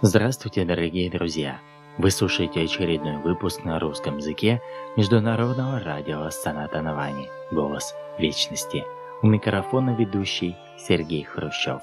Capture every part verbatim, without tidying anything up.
Здравствуйте, дорогие друзья! Вы слушаете очередной выпуск на русском языке Международного радио Санатана Вани «Голос вечности». У микрофона ведущий Сергей Хрущев.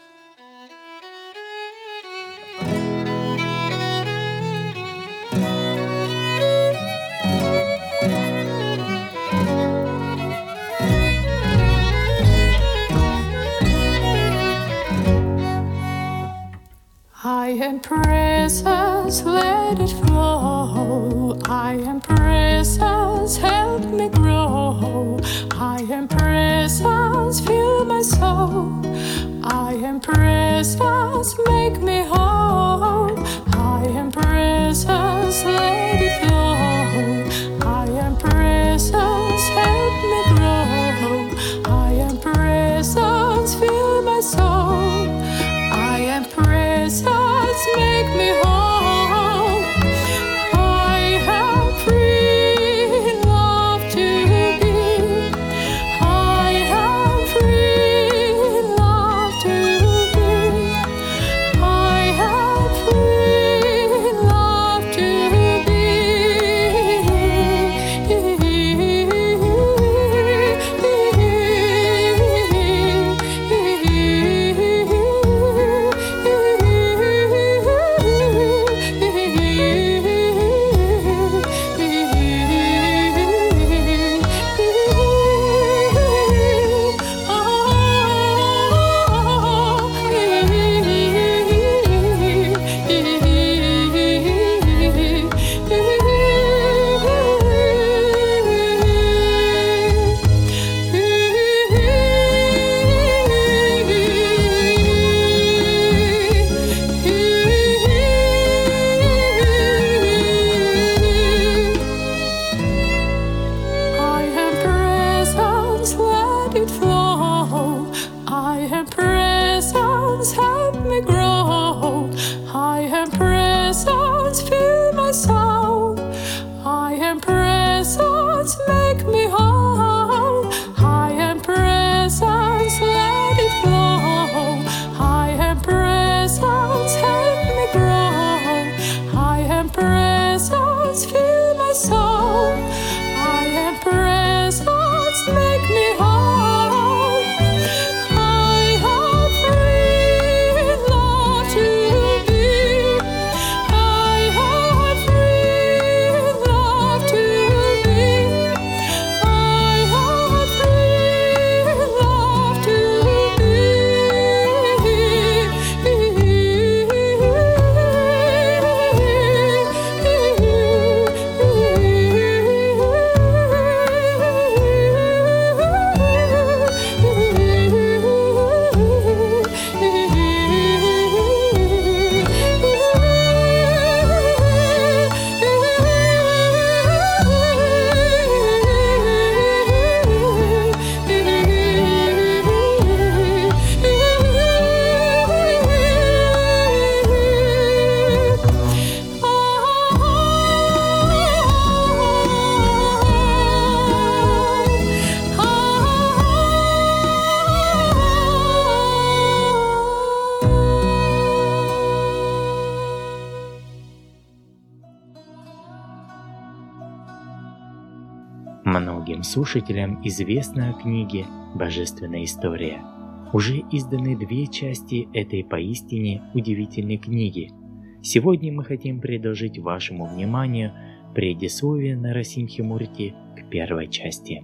I am presence, let it flow. I am presence, help me grow. I am presence, fill my soul. I am presence, make me whole. I am presence, let it flow. I am presence, help me grow. I am presence, fill my soul. I am presence, make me whole. I am free, love to be. I am free, love to be. I am free, love to Многим слушателям известна о книге «Божественная история». Уже изданы две части этой поистине удивительной книги. Сегодня мы хотим предложить вашему вниманию предисловие Нарасимхи-мурти к первой части.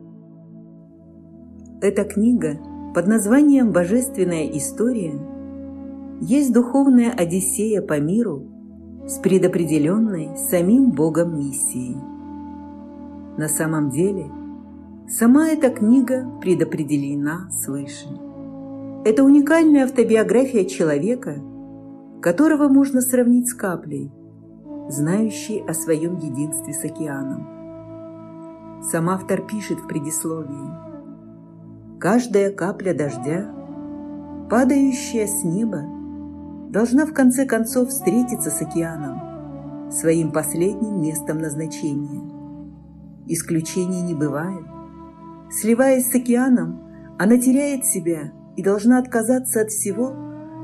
Эта книга под названием «Божественная история» есть духовная одиссея по миру с предопределенной самим Богом миссией. На самом деле, сама эта книга предопределена свыше. Это уникальная автобиография человека, которого можно сравнить с каплей, знающей о своем единстве с океаном. Сам автор пишет в предисловии: «Каждая капля дождя, падающая с неба, должна в конце концов встретиться с океаном, своим последним местом назначения. Исключений не бывает. Сливаясь с океаном, она теряет себя и должна отказаться от всего,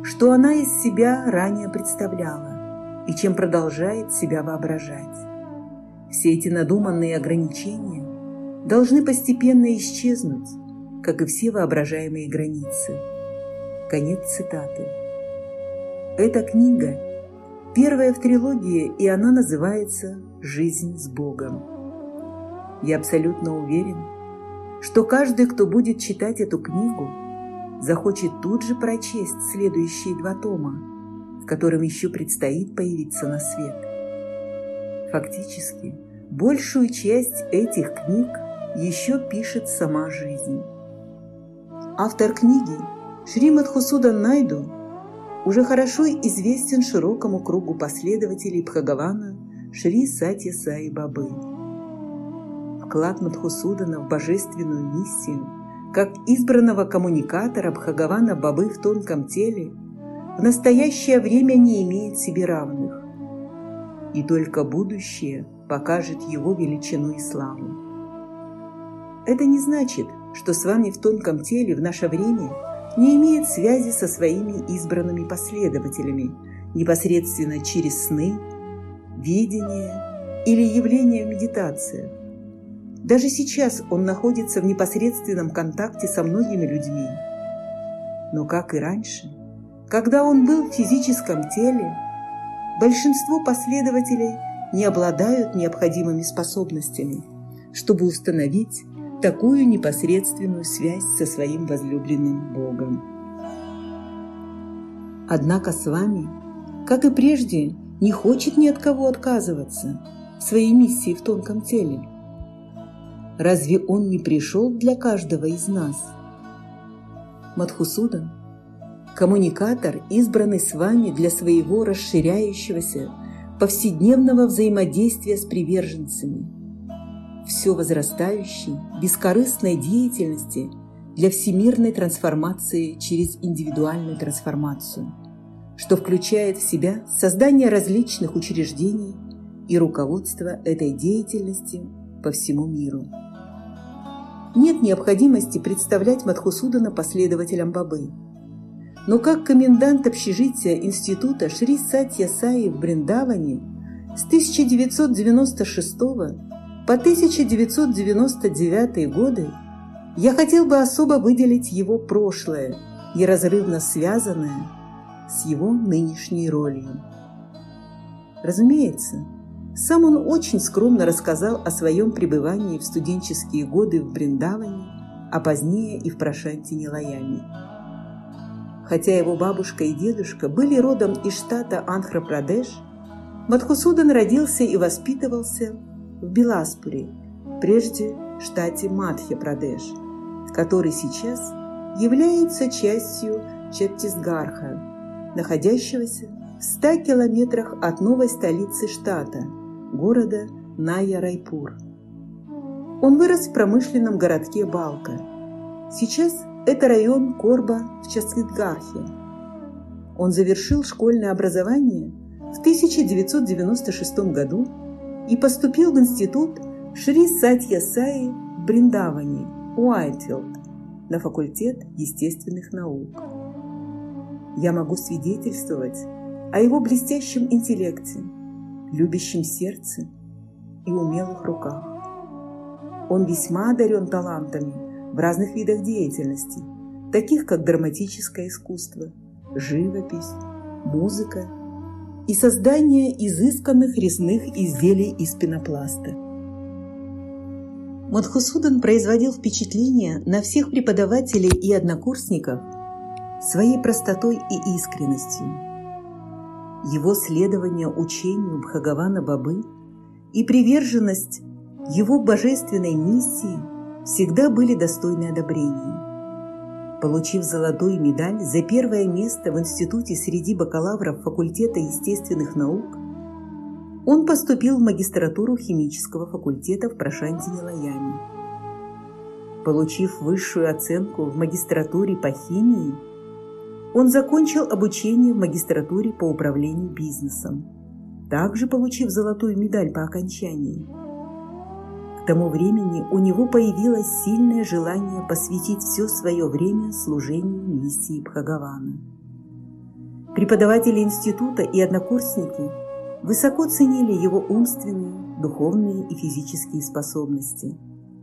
что она из себя ранее представляла и чем продолжает себя воображать. Все эти надуманные ограничения должны постепенно исчезнуть, как и все воображаемые границы. Конец цитаты. Эта книга первая в трилогии, и она называется «Жизнь с Богом». Я абсолютно уверен, что каждый, кто будет читать эту книгу, захочет тут же прочесть следующие два тома, в котором еще предстоит появиться на свет. Фактически, большую часть этих книг еще пишет сама жизнь. Автор книги Шри Мадхусудан Найду уже хорошо известен широкому кругу последователей Бхагавана Шри Сатья Саи Бабы. Вклад Мадхусудана в божественную миссию, как избранного коммуникатора Бхагавана Бабы в тонком теле, в настоящее время не имеет себе равных, и только будущее покажет его величину и славу. Это не значит, что с вами в тонком теле в наше время не имеет связи со своими избранными последователями непосредственно через сны, видение или явление в медитациях. Даже сейчас он находится в непосредственном контакте со многими людьми. Но, как и раньше, когда он был в физическом теле, большинство последователей не обладают необходимыми способностями, чтобы установить такую непосредственную связь со своим возлюбленным Богом. Однако с вами, как и прежде, не хочет ни от кого отказываться в своей миссии в тонком теле. Разве он не пришел для каждого из нас? Мадхусудан – коммуникатор, избранный с вами для своего расширяющегося повседневного взаимодействия с приверженцами, все возрастающей бескорыстной деятельности для всемирной трансформации через индивидуальную трансформацию, что включает в себя создание различных учреждений и руководство этой деятельностью по всему миру. Нет необходимости представлять Мадхусудана последователям Бабы. Но как комендант общежития института Шри Сатья Саи в Бриндаване с тысяча девятьсот девяносто шестого по тысяча девятьсот девяносто девятый годы я хотел бы особо выделить его прошлое, неразрывно связанное с его нынешней ролью. Разумеется, сам он очень скромно рассказал о своем пребывании в студенческие годы в Бриндаване, а позднее и в Прашанти-Нилаяме. Хотя его бабушка и дедушка были родом из штата Андхра-Прадеш, Мадхусудан родился и воспитывался в Биласпуре, прежде штате Мадхья-Прадеш, который сейчас является частью Чаттисгарха, находящегося в ста километрах от новой столицы штата, города Найя-Райпур. Он вырос в промышленном городке Балка. Сейчас это район Корба в Чаттисгархе. Он завершил школьное образование в тысяча девятьсот девяносто шестом году и поступил в институт Шри Сатья Саи в Бриндаване, Уайтфилд, на факультет естественных наук. Я могу свидетельствовать о его блестящем интеллекте, любящем сердце и умелых руках. Он весьма одарен талантами в разных видах деятельности, таких как драматическое искусство, живопись, музыка и создание изысканных резных изделий из пенопласта. Мадхусудан производил впечатление на всех преподавателей и однокурсников своей простотой и искренностью. Его следование учению Бхагавана Бабы и приверженность его божественной миссии всегда были достойны одобрения. Получив золотую медаль за первое место в институте среди бакалавров факультета естественных наук, он поступил в магистратуру химического факультета в Прашанти-Нилаяме. Получив высшую оценку в магистратуре по химии, он закончил обучение в магистратуре по управлению бизнесом, также получив золотую медаль по окончании. К тому времени у него появилось сильное желание посвятить все свое время служению миссии Бхагавана. Преподаватели института и однокурсники высоко ценили его умственные, духовные и физические способности.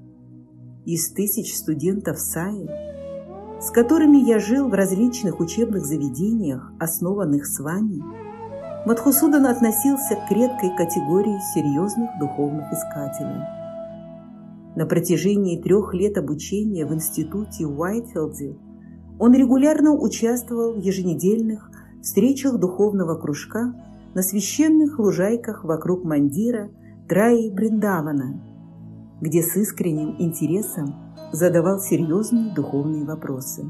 Из тысяч студентов САИ, с которыми я жил в различных учебных заведениях, основанных с вами, Мадхусудан относился к редкой категории серьезных духовных искателей. На протяжении трех лет обучения в институте в Уайтфилде он регулярно участвовал в еженедельных встречах духовного кружка на священных лужайках вокруг мандира Траи Бриндавана, где с искренним интересом задавал серьезные духовные вопросы.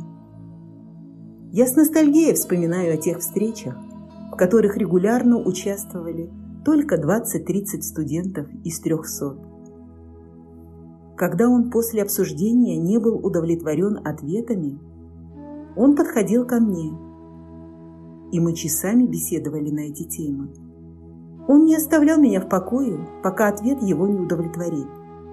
Я с ностальгией вспоминаю о тех встречах, в которых регулярно участвовали только двадцать-тридцать студентов из трехсот. Когда он после обсуждения не был удовлетворен ответами, он подходил ко мне, и мы часами беседовали на эти темы. Он не оставлял меня в покое, пока ответ его не удовлетворит.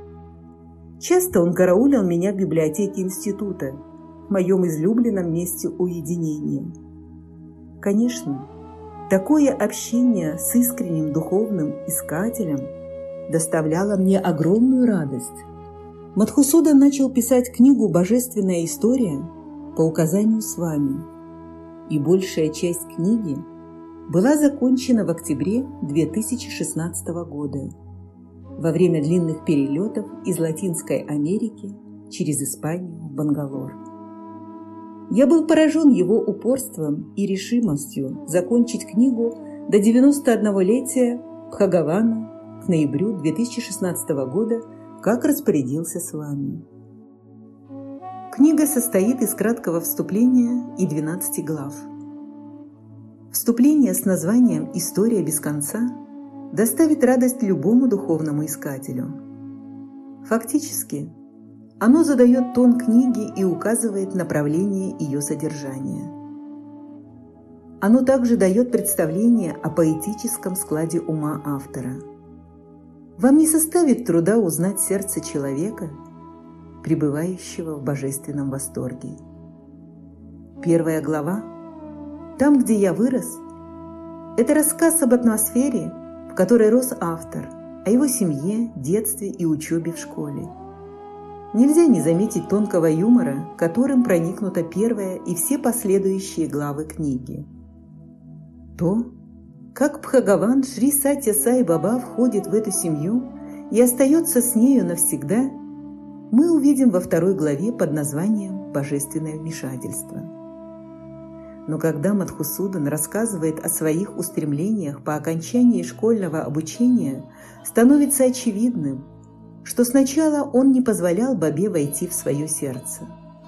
Часто он караулил меня в библиотеке института, в моем излюбленном месте уединения. Конечно, такое общение с искренним духовным искателем доставляло мне огромную радость. Мадхусудан начал писать книгу «Божественная история» по указанию с вами, и большая часть книги была закончена в октябре две тысячи шестнадцатого года во время длинных перелетов из Латинской Америки через Испанию в Бангалор. Я был поражен его упорством и решимостью закончить книгу до девяносто-однолетия Бхагавана к ноябрю две тысячи шестнадцатого года, как распорядился с вами. Книга состоит из краткого вступления и двенадцати глав. Вступление с названием «История без конца» доставит радость любому духовному искателю. Фактически, оно задает тон книги и указывает направление ее содержания. Оно также дает представление о поэтическом складе ума автора. Вам не составит труда узнать сердце человека, пребывающего в божественном восторге. Первая глава, там, где я вырос, это рассказ об атмосфере, в которой рос автор, о его семье, детстве и учебе в школе. Нельзя не заметить тонкого юмора, которым проникнута первая и все последующие главы книги. То, как Бхагаван Шри Сатья Сай Баба входит в эту семью и остается с нею навсегда, мы увидим во второй главе под названием «Божественное вмешательство». Но когда Мадхусудан рассказывает о своих устремлениях по окончании школьного обучения, становится очевидным, что сначала он не позволял Бабе войти в свое сердце.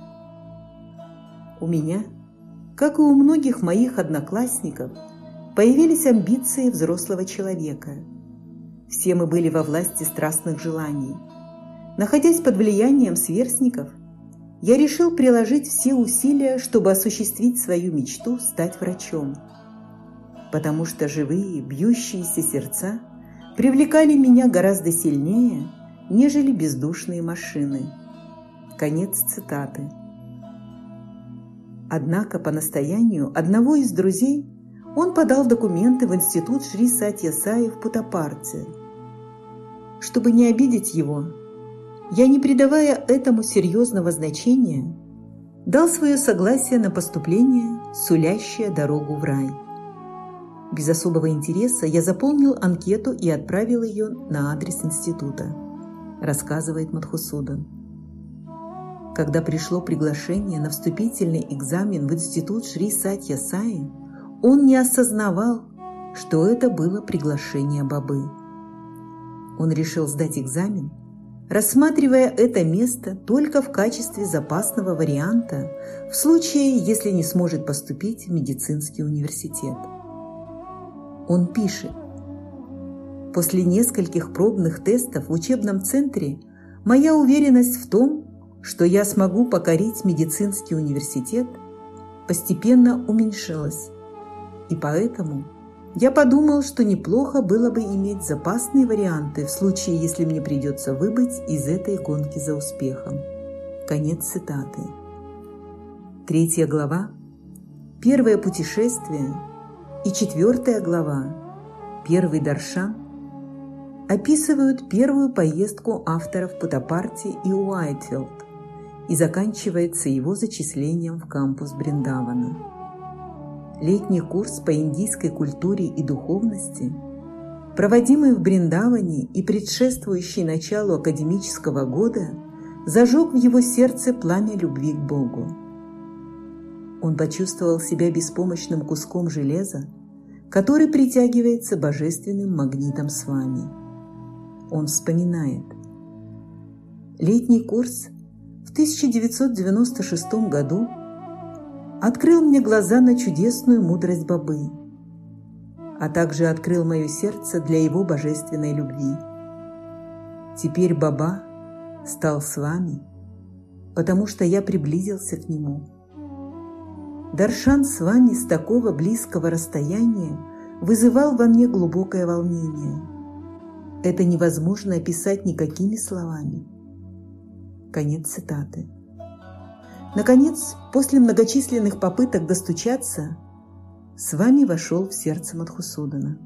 У меня, как и у многих моих одноклассников, появились амбиции взрослого человека. Все мы были во власти страстных желаний. Находясь под влиянием сверстников, я решил приложить все усилия, чтобы осуществить свою мечту стать врачом, потому что живые, бьющиеся сердца привлекали меня гораздо сильнее, нежели бездушные машины. Конец цитаты. Однако по настоянию одного из друзей он подал документы в институт Шри Сатья Саи в Путтапарте. Чтобы не обидеть его, я, не придавая этому серьезного значения, дал свое согласие на поступление, сулящее дорогу в рай. Без особого интереса я заполнил анкету и отправил ее на адрес института, рассказывает Мадхусудан. Когда пришло приглашение на вступительный экзамен в институт Шри Сатья Саи, он не осознавал, что это было приглашение Бабы. Он решил сдать экзамен, рассматривая это место только в качестве запасного варианта в случае, если не сможет поступить в медицинский университет. Он пишет: «После нескольких пробных тестов в учебном центре моя уверенность в том, что я смогу покорить медицинский университет, постепенно уменьшилась, и поэтому я подумал, что неплохо было бы иметь запасные варианты в случае, если мне придется выбыть из этой гонки за успехом». Конец цитаты. Третья глава, первое путешествие, и четвертая глава, первый даршан, описывают первую поездку автора в Путтапарти и Уайтфилд и заканчивается его зачислением в кампус Бриндавана. Летний курс по индийской культуре и духовности, проводимый в Бриндаване и предшествующий началу академического года, зажег в его сердце пламя любви к Богу. Он почувствовал себя беспомощным куском железа, который притягивается божественным магнитом с вами. Он вспоминает: летний курс в тысяча девятьсот девяносто шестом году открыл мне глаза на чудесную мудрость Бабы, а также открыл мое сердце для его божественной любви. Теперь Баба стал с вами, потому что я приблизился к нему. Даршан с вами с такого близкого расстояния вызывал во мне глубокое волнение. Это невозможно описать никакими словами. Конец цитаты. Наконец, после многочисленных попыток достучаться, с вами вошел в сердце Мадхусудана.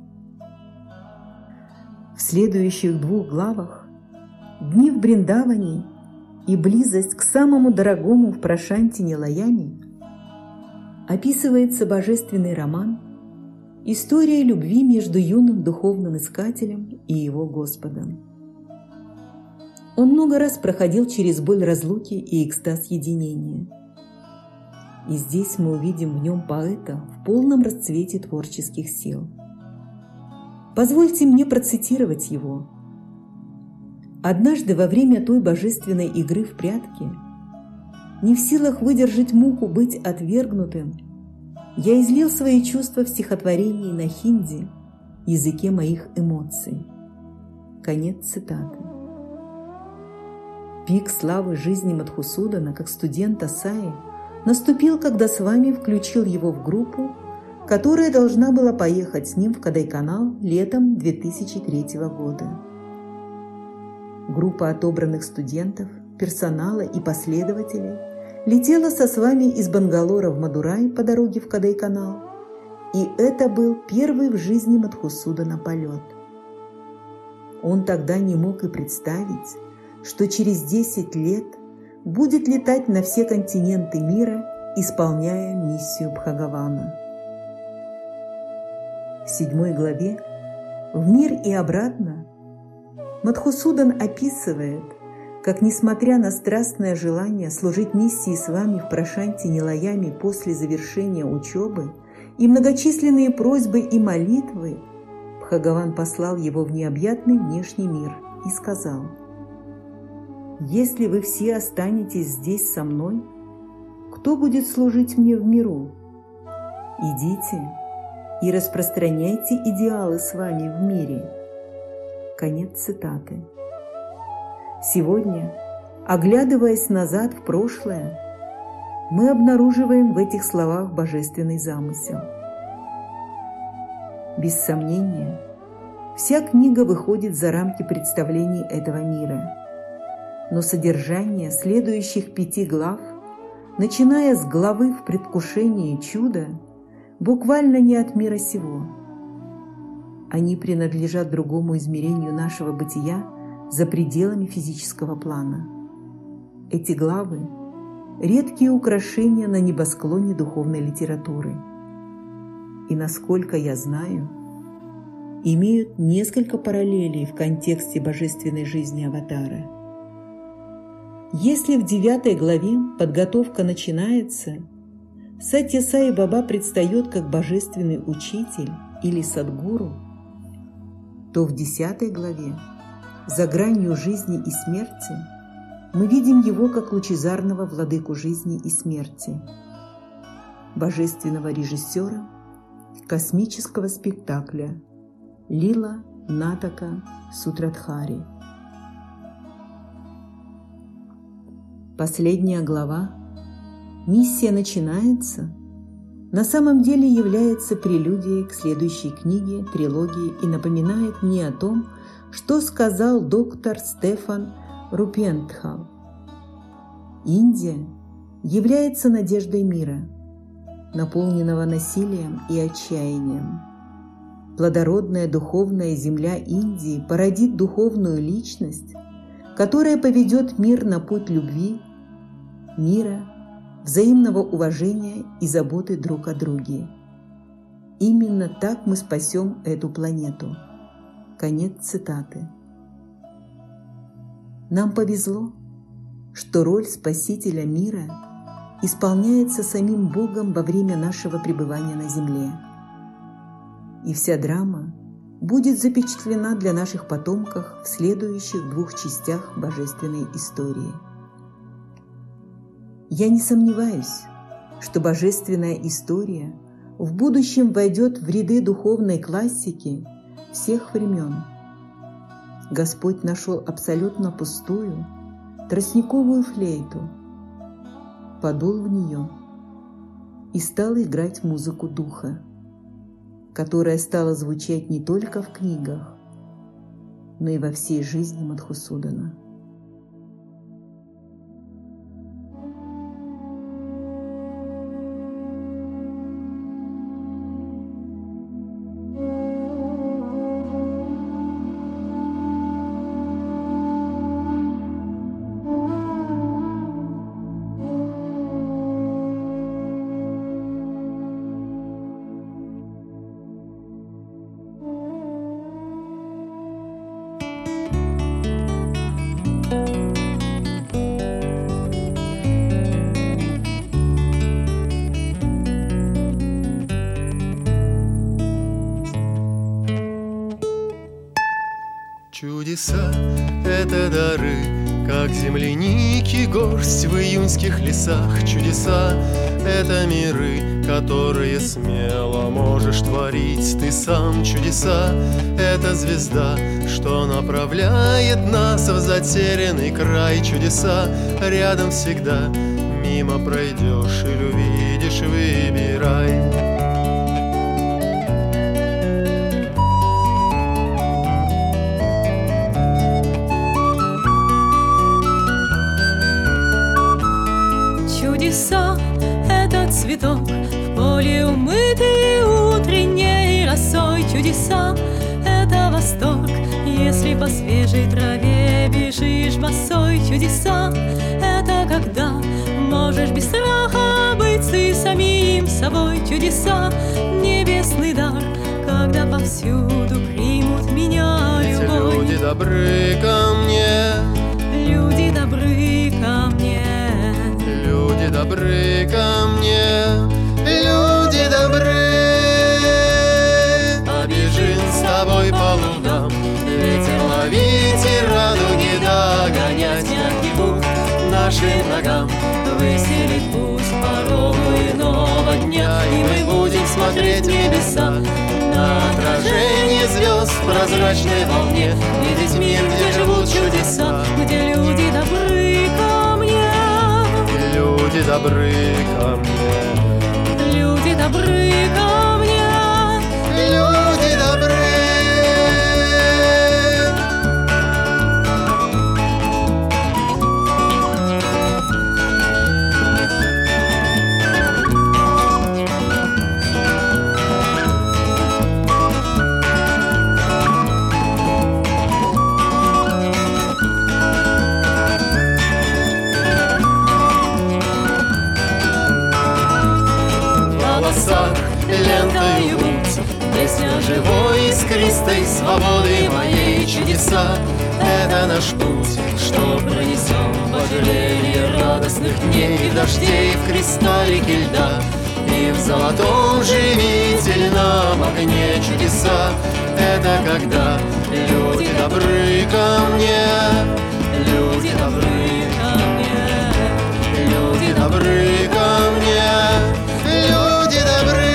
В следующих двух главах «Дни в Бриндаване» и близость к самому дорогому в Прошанти Нилаяме описывается божественный роман, история любви между юным духовным искателем и его Господом. Он много раз проходил через боль разлуки и экстаз единения. И здесь мы увидим в нем поэта в полном расцвете творческих сил. Позвольте мне процитировать его. «Однажды во время той божественной игры в прятки, не в силах выдержать муку быть отвергнутым, я излил свои чувства в стихотворении на хинди, языке моих эмоций». Конец цитаты. Пик славы жизни Мадхусудана как студента Саи наступил, когда с вами включил его в группу, которая должна была поехать с ним в Кодайканал летом две тысячи третьего года. Группа отобранных студентов, персонала и последователей летела со с вами из Бангалора в Мадурай по дороге в Кодайканал, и это был первый в жизни Мадхусудана полет. Он тогда не мог и представить, что через десять лет будет летать на все континенты мира, исполняя миссию Бхагавана. В седьмой главе «В мир и обратно» Мадхусудан описывает, как, несмотря на страстное желание служить миссии с вами в Прошанти Нилаяме после завершения учебы и многочисленные просьбы и молитвы, Бхагаван послал его в необъятный внешний мир и сказал: «Если вы все останетесь здесь со мной, кто будет служить мне в миру? Идите и распространяйте идеалы с вами в мире». Конец цитаты. Сегодня, оглядываясь назад в прошлое, мы обнаруживаем в этих словах божественный замысел. Без сомнения, вся книга выходит за рамки представлений этого мира. Но содержание следующих пяти глав, начиная с главы «В предвкушении чуда», буквально не от мира сего. Они принадлежат другому измерению нашего бытия за пределами физического плана. Эти главы – редкие украшения на небосклоне духовной литературы. И, насколько я знаю, имеют несколько параллелей в контексте божественной жизни аватара. Если в девятой главе подготовка начинается, Сатья Сай Баба предстает как божественный учитель или садгуру, то в десятой главе, за гранью жизни и смерти, мы видим его как лучезарного владыку жизни и смерти, божественного режиссера космического спектакля Лила Натака Сутрадхари. Последняя глава «Миссия начинается» на самом деле является прелюдией к следующей книге трилогии и напоминает мне о том, что сказал доктор Стефан Рупентхал. Индия является надеждой мира. наполненного насилием и отчаянием. Плодородная духовная земля Индии породит духовную личность, которая поведет мир на путь любви, мира, взаимного уважения и заботы друг о друге. Именно так мы спасем эту планету. Конец цитаты. Нам повезло, что роль спасителя мира исполняется самим Богом во время нашего пребывания на Земле. И вся драма будет запечатлена для наших потомков в следующих двух частях божественной истории. Я не сомневаюсь, что божественная история в будущем войдет в ряды духовной классики всех времен. Господь нашел абсолютно пустую тростниковую флейту, подул в нее и стал играть музыку духа, которая стала звучать не только в книгах, но и во всей жизни Мадхусудана. Чудеса — это дары, как земляники горсть в июньских лесах. Чудеса — это миры, которые смело можешь творить ты сам. Чудеса — это звезда, что направляет нас в затерянный край. Чудеса рядом всегда, мимо пройдешь или увидишь, выбирай. Чудеса — это цветок, в поле умытый утренней росой. Чудеса — это восторг, если по свежей траве бежишь босой. Чудеса — это когда можешь без страха быть ты самим собой. Чудеса — небесный дар, когда повсюду примут меня любовь. Люди добры ко мне, люди добры ко мне. Люди добры ко мне, люди добры. Побежим с тобой по лугам, ветер ловить и радуги догонять. Мягкий путь нашим ногам выселит путь порогу иного дня. И мы будем смотреть в небеса на отражение звезд в прозрачной волне, видеть мир, где живут чудеса, где люди добры ко мне. Люди добры ко мне, люди добры ко мне, люди добры. Лентою будь, песня живой, искристой свободы моей. Чудеса — это наш путь, что пронесем пожаление радостных дней, дождей в кристаллике льда и в золотом живительном огне. Чудеса — это когда люди добры ко мне, люди добры ко мне, люди добры ко мне, люди добры.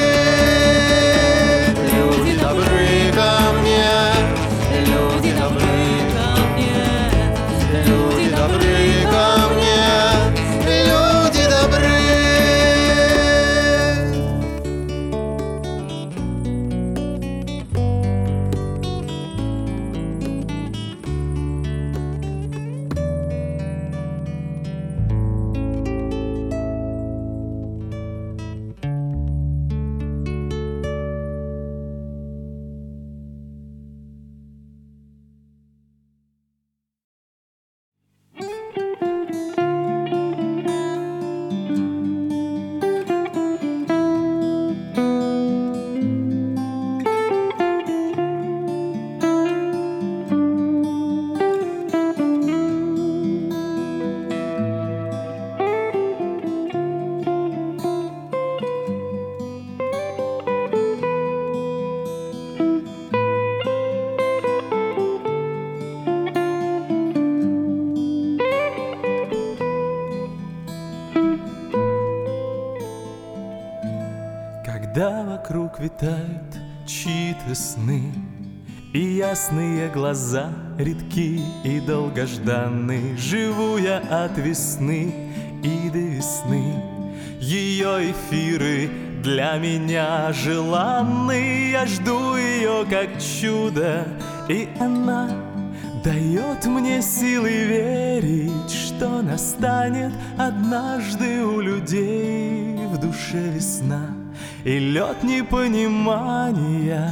когда вокруг витают чьи-то сны, и ясные глаза редки и долгожданны. Живу я от весны и до весны, ее эфиры для меня желанны. Я жду ее как чудо, и она дает мне силы верить, что настанет однажды у людей в душе весна, и лед непонимания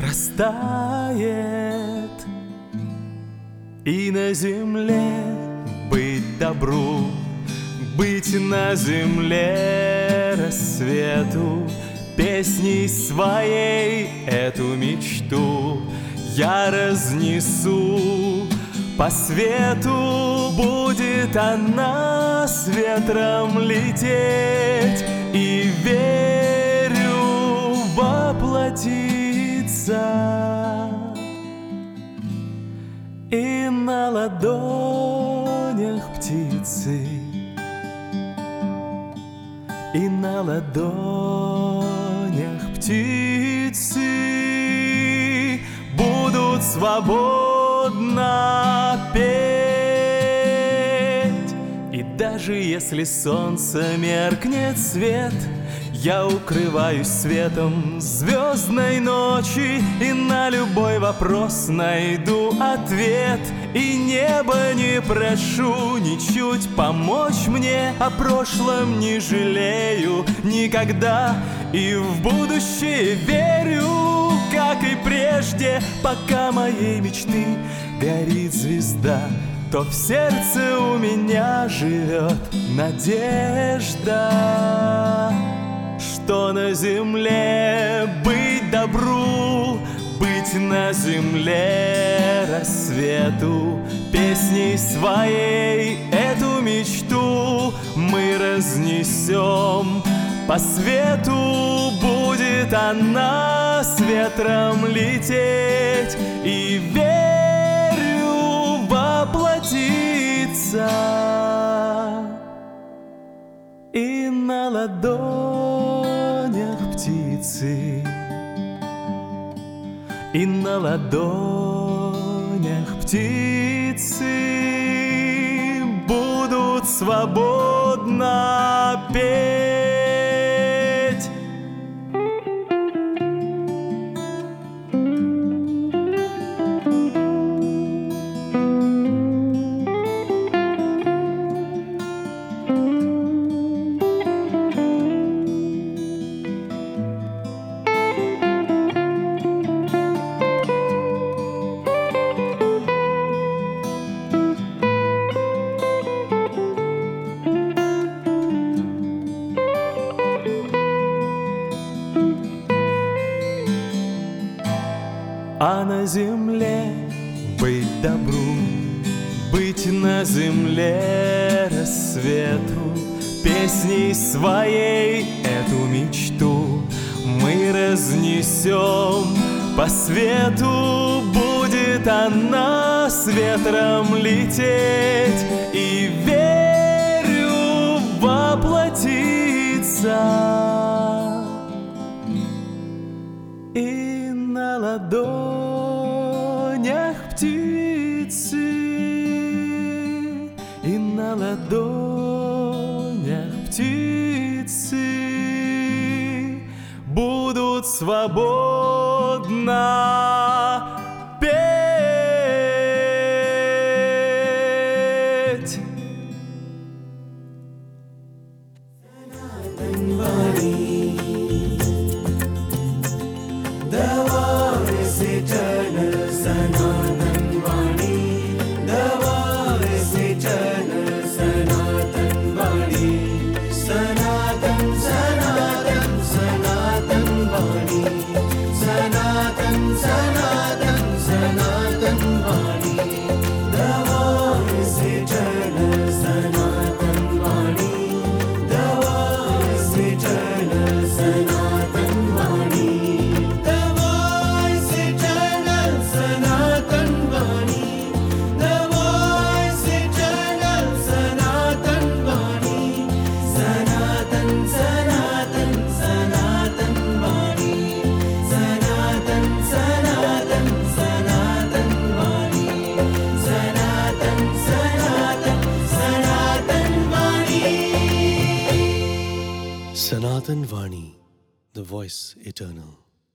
растает. И на земле быть добру, быть на земле рассвету, песней своей эту мечту я разнесу по свету. Будет она с ветром лететь, и верю воплотиться. И на ладонях птицы, и на ладонях птицы будут свободно петь. И даже если солнце меркнет свет, я укрываюсь светом звездной ночи, и на любой вопрос найду ответ. И небо не прошу ничуть помочь мне, о прошлом не жалею никогда, и в будущее верю, как и прежде. Пока моей мечты горит звезда, то в сердце у меня живет надежда, что на земле быть добру, быть на земле рассвету, песней своей эту мечту мы разнесем по свету. Будет она с ветром лететь, и верю воплотиться. И на ладонях птицы, и на ладонях птицы будут свободно петь. А на земле быть добру, быть на земле рассвету, песней своей эту мечту мы разнесем по свету. Будет она с ветром лететь, и верю воплотиться. И на ладонях птицы, и на ладонях птицы будут свободно петь. Sanatanvani, the war is eternal. Sanatan Vani, the voice eternal.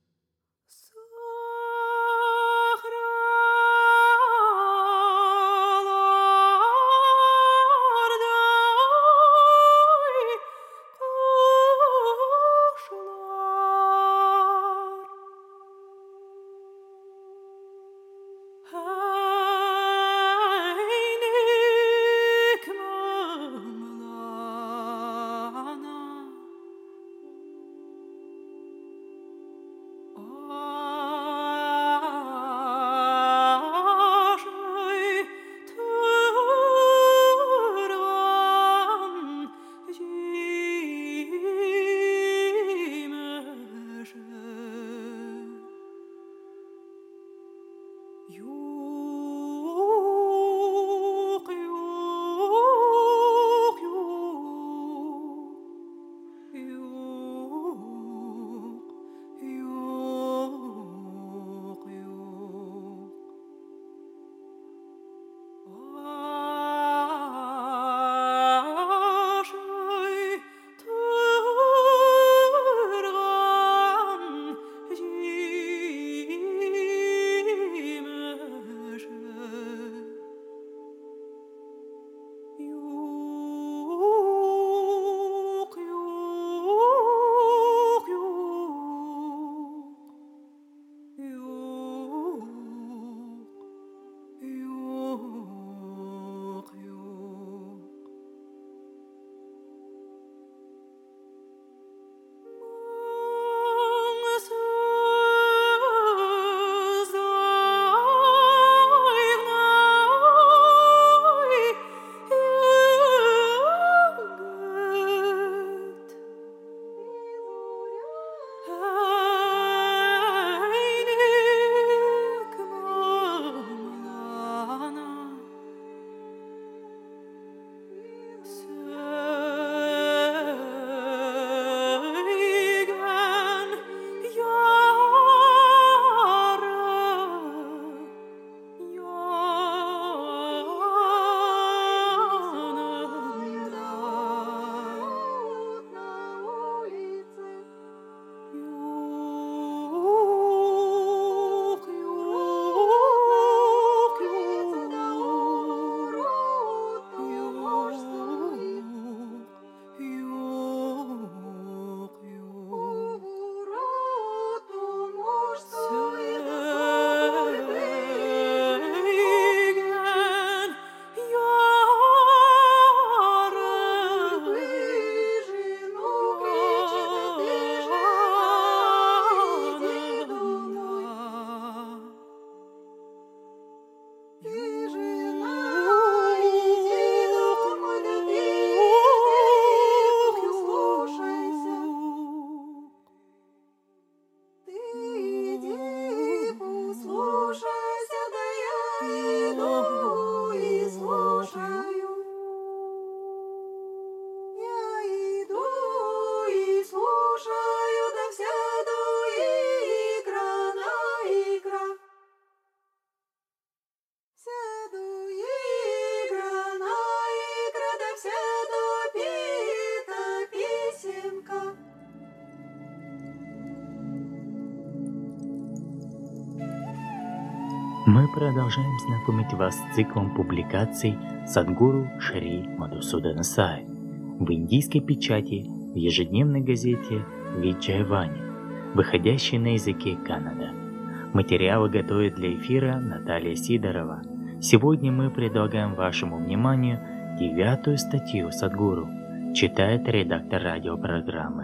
Мы продолжаем знакомить вас с циклом публикаций Садгуру Шри Мадхусудана Сай в индийской печати в ежедневной газете Виджайвани, выходящей на языке Канада. Материалы готовит для эфира Наталья Сидорова. Сегодня мы предлагаем вашему вниманию девятую статью Садгуру, читает редактор радиопрограммы.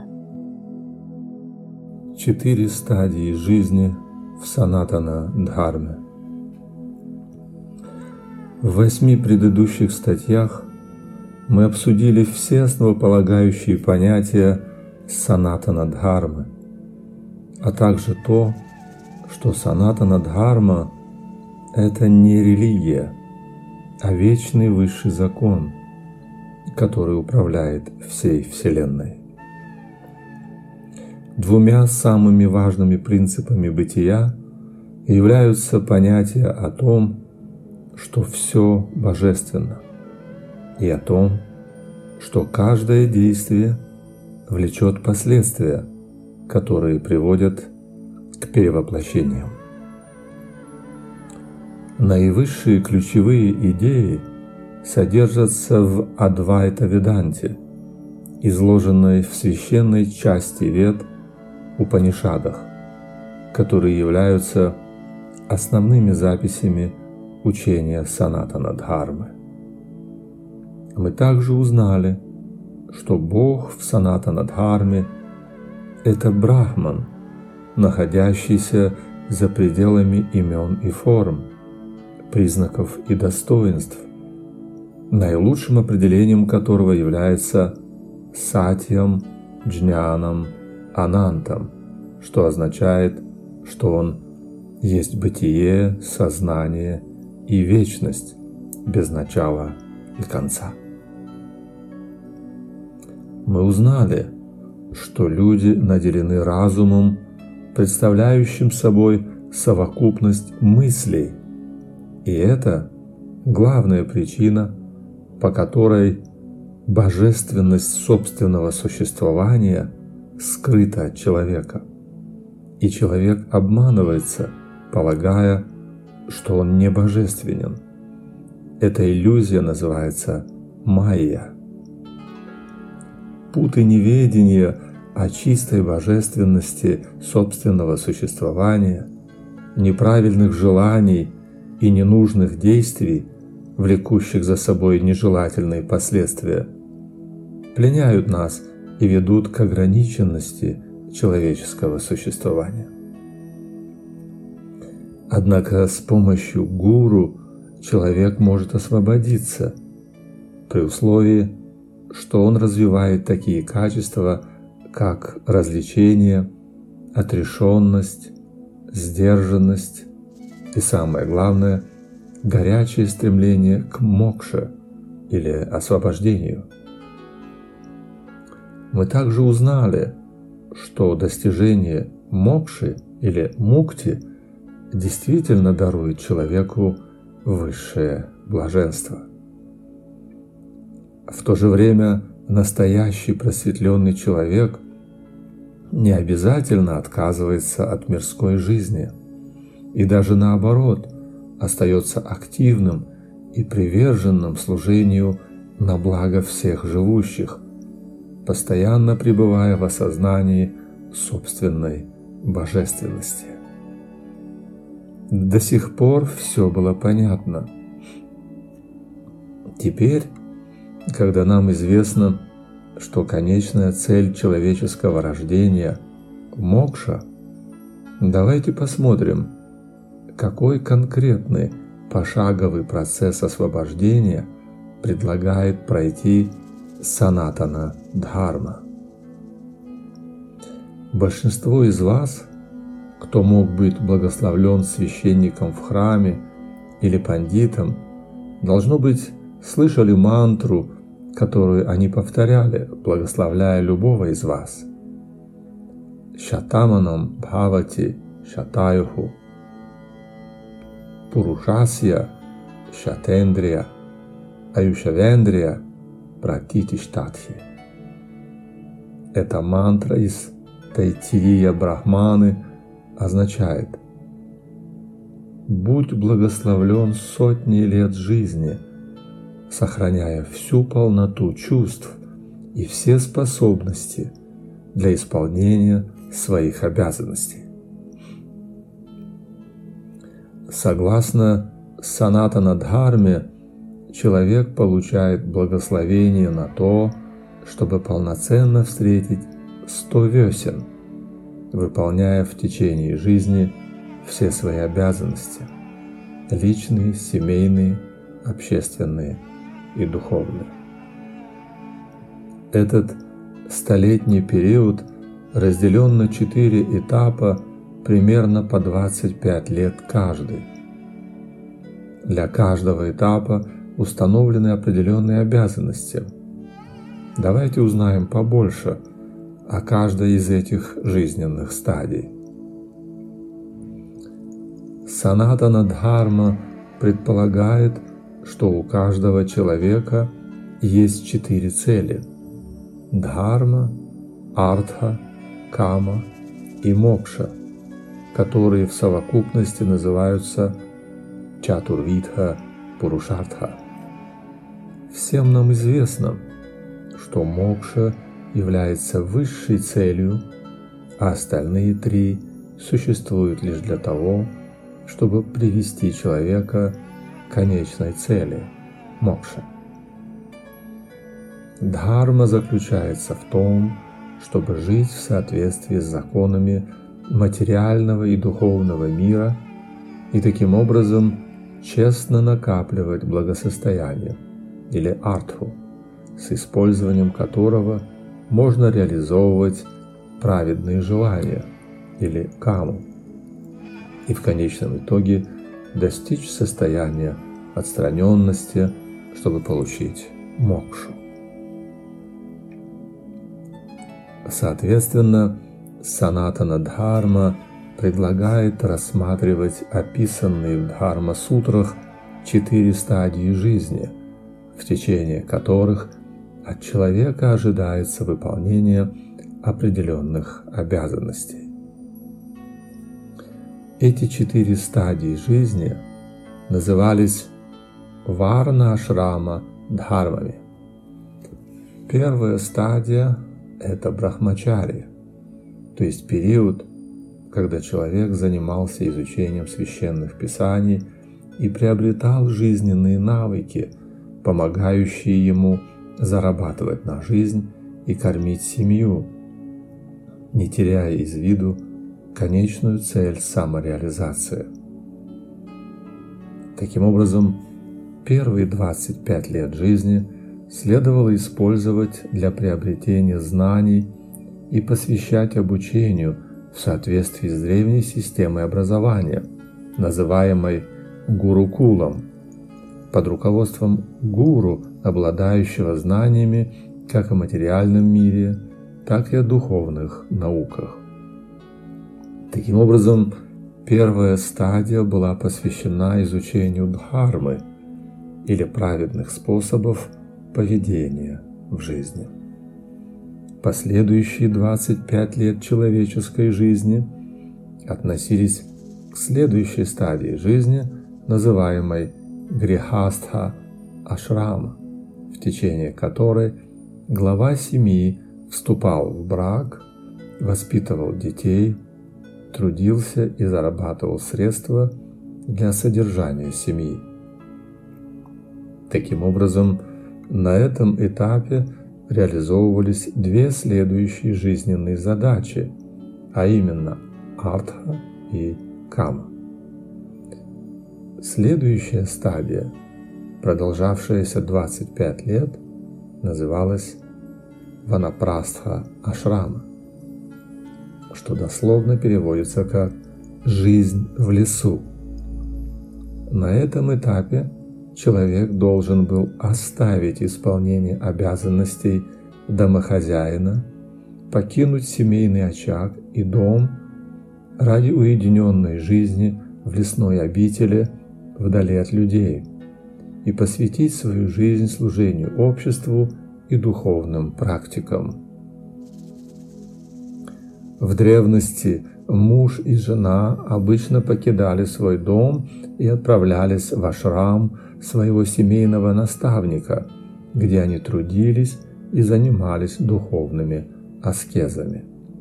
Четыре стадии жизни в Санатана-дхарме. В восьми предыдущих статьях мы обсудили все основополагающие понятия Санатана-дхармы, а также то, что Санатана-дхарма – это не религия, а вечный высший закон, который управляет всей Вселенной. Двумя самыми важными принципами бытия являются понятия о том, что все божественно, и о том, что каждое действие влечет последствия, которые приводят к перевоплощениям. Наивысшие ключевые идеи содержатся в Адвайта-веданте, изложенной в священной части Вед Упанишадах, которые являются основными записями учения Санатана-дхармы. Мы также узнали, что Бог в Санатана-дхарме – это Брахман, находящийся за пределами имен и форм, признаков и достоинств, наилучшим определением которого является Сатьям, Джняном, Анантом, что означает, что Он есть бытие, сознание и вечность без начала и конца. Мы узнали, что люди наделены разумом, представляющим собой совокупность мыслей, и это главная причина, по которой божественность собственного существования скрыта от человека, и человек обманывается, полагая, что он не божественен. Эта иллюзия называется майя. Путы неведения о чистой божественности собственного существования, неправильных желаний и ненужных действий, влекущих за собой нежелательные последствия, пленяют нас и ведут к ограниченности человеческого существования. Однако с помощью гуру человек может освободиться, при условии, что он развивает такие качества, как развлечение, отрешенность, сдержанность и, самое главное, горячее стремление к мокше или освобождению. Мы также узнали, что достижение мокши или мукти действительно дарует человеку высшее блаженство. В то же время настоящий просветленный человек не обязательно отказывается от мирской жизни и даже наоборот остается активным и приверженным служению на благо всех живущих, постоянно пребывая в осознании собственной божественности. До сих пор все было понятно. Теперь, когда нам известно, что конечная цель человеческого рождения – мокша, давайте посмотрим, какой конкретный пошаговый процесс освобождения предлагает пройти Санатана-дхарма. Большинство из вас, кто мог быть благословлен священником в храме или пандитом, должно быть, слышали мантру, которую они повторяли, благословляя любого из вас. Шатаманам бхавати шатаюху, пурушасья шатендрия, аюшавендрия пратитиштатхи. Эта мантра из Тайтирия Брахманы означает: «Будь благословлен сотни лет жизни, сохраняя всю полноту чувств и все способности для исполнения своих обязанностей». Согласно Санатана-дхарме, человек получает благословение на то, чтобы полноценно встретить сто весен, выполняя в течение жизни все свои обязанности – личные, семейные, общественные и духовные. Этот столетний период разделен на четыре этапа примерно по двадцать пять лет каждый. Для каждого этапа установлены определенные обязанности. Давайте узнаем побольше о каждой из этих жизненных стадий. Санатана-дхарма предполагает, что у каждого человека есть четыре цели: дхарма, артха, кама и мокша, которые в совокупности называются чатурвидха пурушартха. Всем нам известно, что мокша является высшей целью, а остальные три существуют лишь для того, чтобы привести человека к конечной цели – мокше. Дхарма заключается в том, чтобы жить в соответствии с законами материального и духовного мира и таким образом честно накапливать благосостояние или артху, с использованием которого можно реализовывать праведные желания или каму и в конечном итоге достичь состояния отстраненности, чтобы получить мокшу. Соответственно, Санатана-дхарма предлагает рассматривать описанные в Дхарма-сутрах четыре стадии жизни, в течение которых от человека ожидается выполнение определенных обязанностей. Эти четыре стадии жизни назывались варна-ашрама-дхармами. Первая стадия – это брахмачарья, то есть период, когда человек занимался изучением священных писаний и приобретал жизненные навыки, помогающие ему зарабатывать на жизнь и кормить семью, не теряя из виду конечную цель самореализации. Таким образом, первые двадцать пять лет жизни следовало использовать для приобретения знаний и посвящать обучению в соответствии с древней системой образования, называемой гурукулом, под руководством гуру, обладающего знаниями как о материальном мире, так и о духовных науках. Таким образом, первая стадия была посвящена изучению дхармы или праведных способов поведения в жизни. Последующие двадцать пять лет человеческой жизни относились к следующей стадии жизни, называемой грихастха ашрама, в течение которой глава семьи вступал в брак, воспитывал детей, трудился и зарабатывал средства для содержания семьи. Таким образом, на этом этапе реализовывались две следующие жизненные задачи, а именно артха и кама. Следующая стадия, продолжавшаяся двадцать пять лет, называлась ванапрастха ашрама, что дословно переводится как «жизнь в лесу». На этом этапе человек должен был оставить исполнение обязанностей домохозяина, покинуть семейный очаг и дом ради уединенной жизни в лесной обители вдали от людей и посвятить свою жизнь служению обществу и духовным практикам. В древности муж и жена обычно покидали свой дом и отправлялись в ашрам своего семейного наставника, где они трудились и занимались духовными аскезами.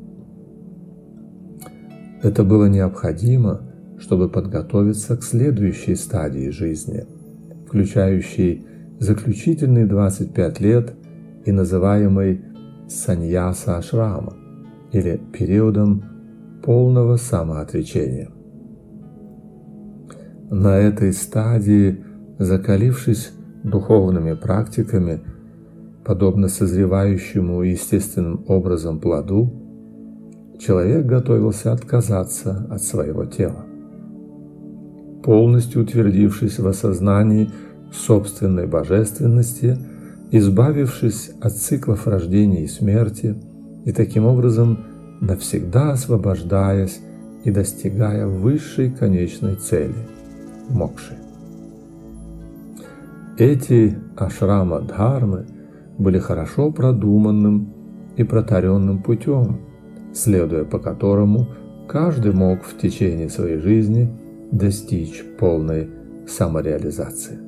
Это было необходимо, чтобы подготовиться к следующей стадии жизни, включающей заключительные двадцать пять лет и называемой саньяса ашрама, или периодом полного самоотречения. На этой стадии, закалившись духовными практиками, подобно созревающему естественным образом плоду, человек готовился отказаться от своего тела. Полностью утвердившись в осознании собственной божественности, избавившись от циклов рождения и смерти, и таким образом навсегда освобождаясь и достигая высшей конечной цели – мокши. Эти ашрама-дхармы были хорошо продуманным и протаренным путем, следуя по которому каждый мог в течение своей жизни достичь полной самореализации.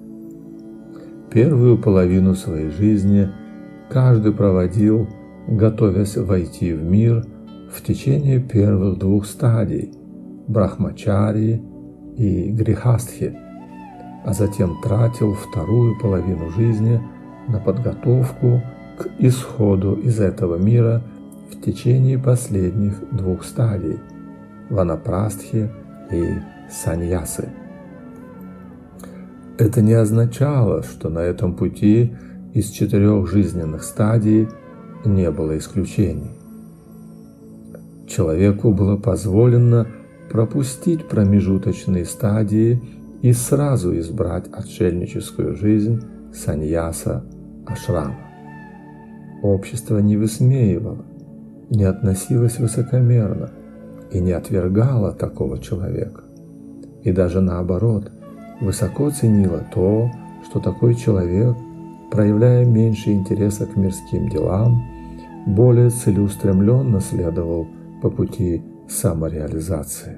Первую половину своей жизни каждый проводил, готовясь войти в мир в течение первых двух стадий – брахмачарьи и грихастхи, а затем тратил вторую половину жизни на подготовку к исходу из этого мира в течение последних двух стадий – ванапрастхи и саньясы. Это не означало, что на этом пути из четырех жизненных стадий не было исключений. Человеку было позволено пропустить промежуточные стадии и сразу избрать отшельническую жизнь саньяса ашрама. Общество не высмеивало, не относилось высокомерно и не отвергало такого человека. И даже наоборот, высоко ценило то, что такой человек, проявляя меньше интереса к мирским делам, более целеустремленно следовал по пути самореализации.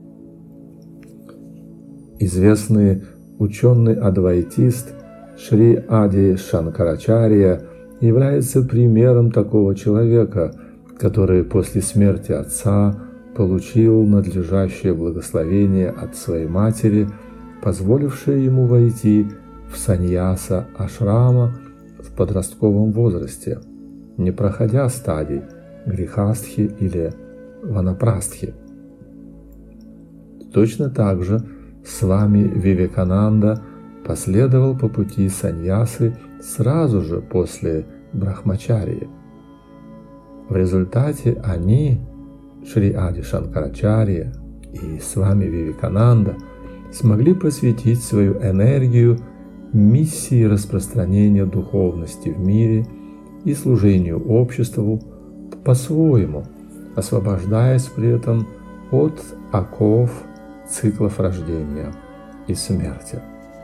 Известный ученый-адвайтист Шри Ади Шанкарачарья является примером такого человека, который после смерти отца получил надлежащее благословение от своей матери, позволившее ему войти в саньяса ашрама в подростковом возрасте, не проходя стадий грихастхи или ванапрастхи. Точно так же Свами Вивекананда последовал по пути саньясы сразу же после брахмачарьи. В результате они, Шри Ади Шанкарачарья и Свами Вивекананда, смогли посвятить свою энергию миссии распространения духовности в мире и служению обществу по-своему, освобождаясь при этом от оков циклов рождения и смерти.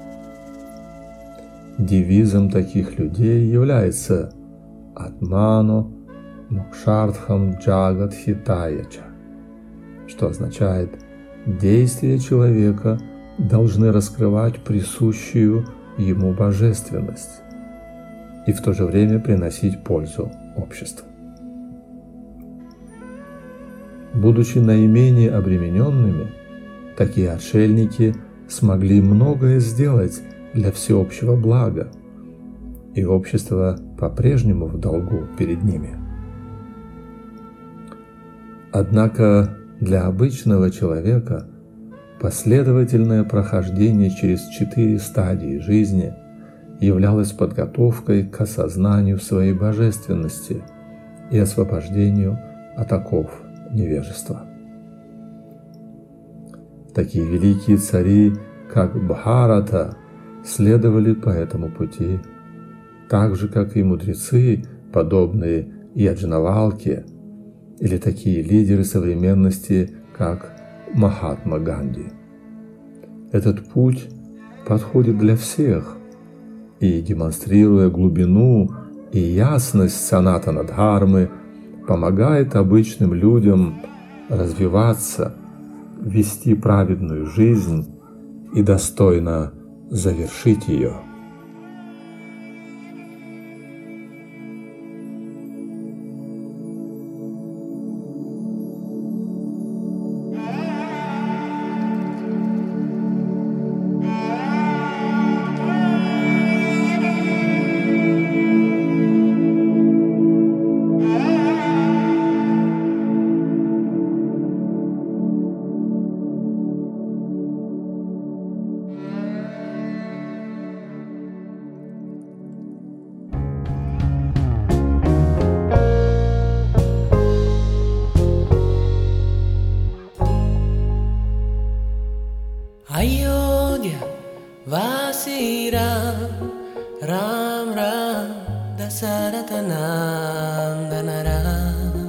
Девизом таких людей является «Атмано Мокшартхам Джагадхитаяча», что означает «действия человека должны раскрывать присущую ему божественность и в то же время приносить пользу обществу». Будучи наименее обремененными, такие отшельники смогли многое сделать для всеобщего блага, и общество по-прежнему в долгу перед ними. Однако для обычного человека последовательное прохождение через четыре стадии жизни являлось подготовкой к осознанию своей божественности и освобождению от оков невежества. Такие великие цари, как Бхарата, следовали по этому пути, так же, как и мудрецы, подобные Яджнавалке, или такие лидеры современности, как Махатма Ганди. Этот путь подходит для всех и, демонстрируя глубину и ясность санатана-дхармы, помогает обычным людям развиваться, вести праведную жизнь и достойно завершить ее. Ayodhya Vasi Ram, Ram Ram Dasarata Nandana Ram.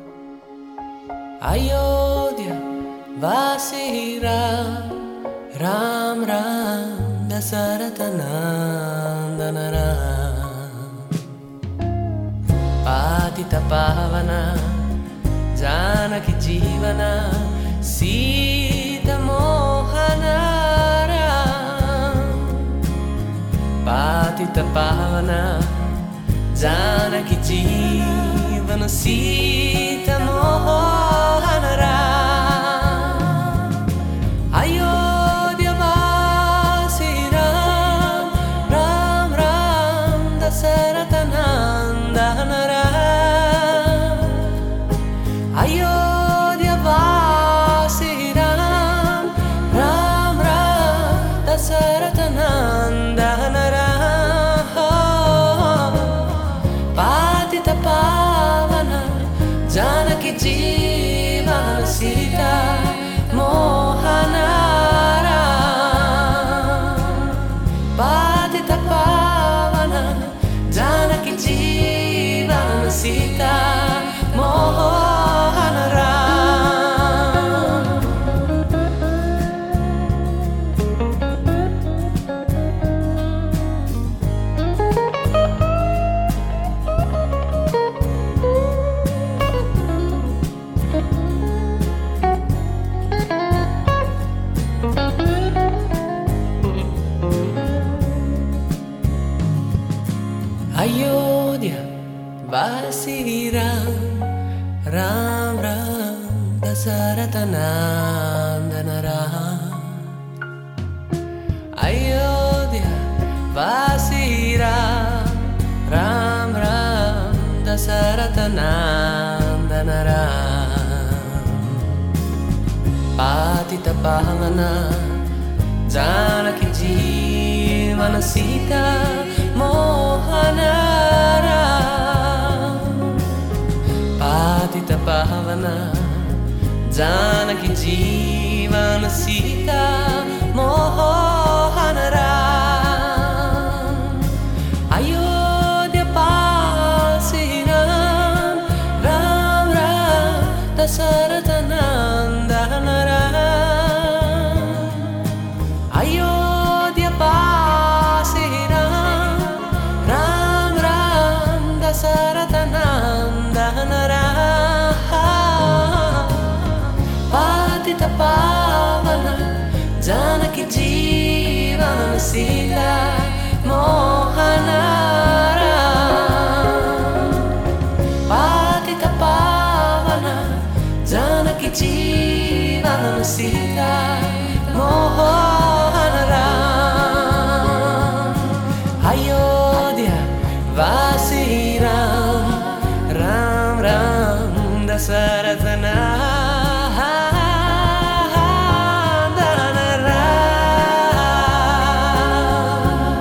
Ayodhya Vasi Ram, Ram Ram Dasarata Nandana Ram. Patita Pavana Janaki Jivana Sita Mohanara Patita Pavana Janaki Jivana Sita Mohanara Ayodhya Vasi Ram Ram Ram Dasarata Nandanara Ayodhya Vasi Ram Ram Ram Dasarata Nandanara Patita Pavana Janaki Jivana Sita Mohanara Patita Pavana Janaki Jivana Sita Mohanara Ayodhya Vasi Ram Ram Ram Dasarata Nandanara Ayodhya Vasi Ram Ram Ram Dasarata Nandanara Patita Pavana Janaki Jivana Sita Mohanara Patita Pavana Janaki Jivana Sita Mohanara Ayodhya Vasi Ram Ram Ram Dasarata Nandanara Ayodhya Vasi Ram Ram Ram Dasarata Nandanara Patita Pavana Janaki Jivana Sita Mohanara Patita Pavana Janaki Jivana Sita Mohanara Ayodhya Vasi Ram Ram Ram Dasarata Nandanara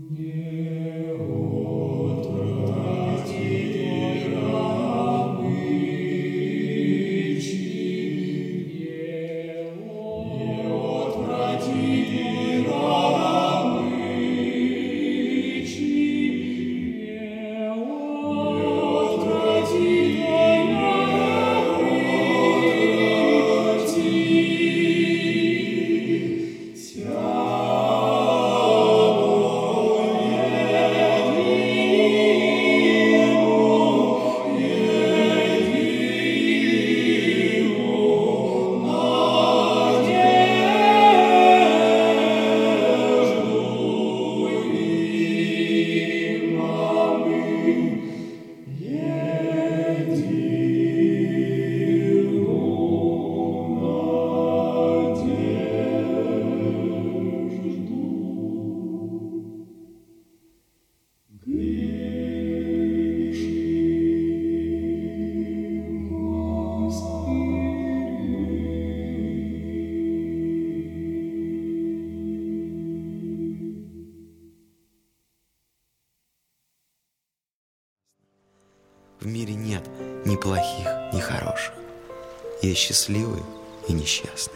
В мире нет ни плохих, ни хороших. Есть счастливые и несчастные.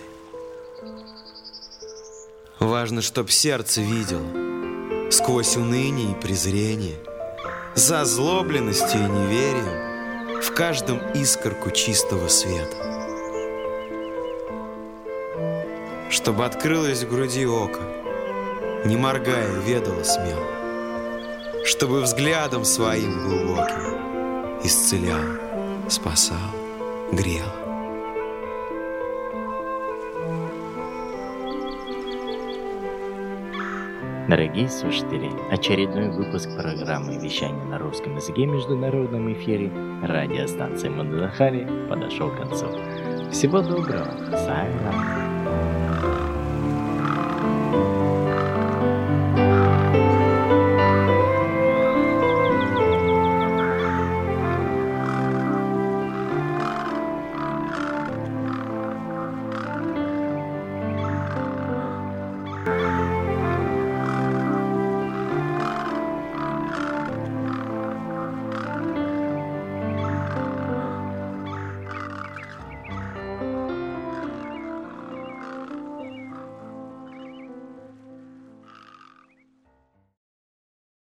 Важно, чтоб сердце видело сквозь уныние и презрение, за озлобленностью и неверием в каждом искорку чистого света. Чтобы открылось в груди око, не моргая, ведало смело, чтобы взглядом своим глубоким исцелял, спасал, грел. Дорогие слушатели, очередной выпуск программы «Вещание на русском языке» в международном эфире радиостанции Мадахари подошел к концу. Всего доброго! Сайрам!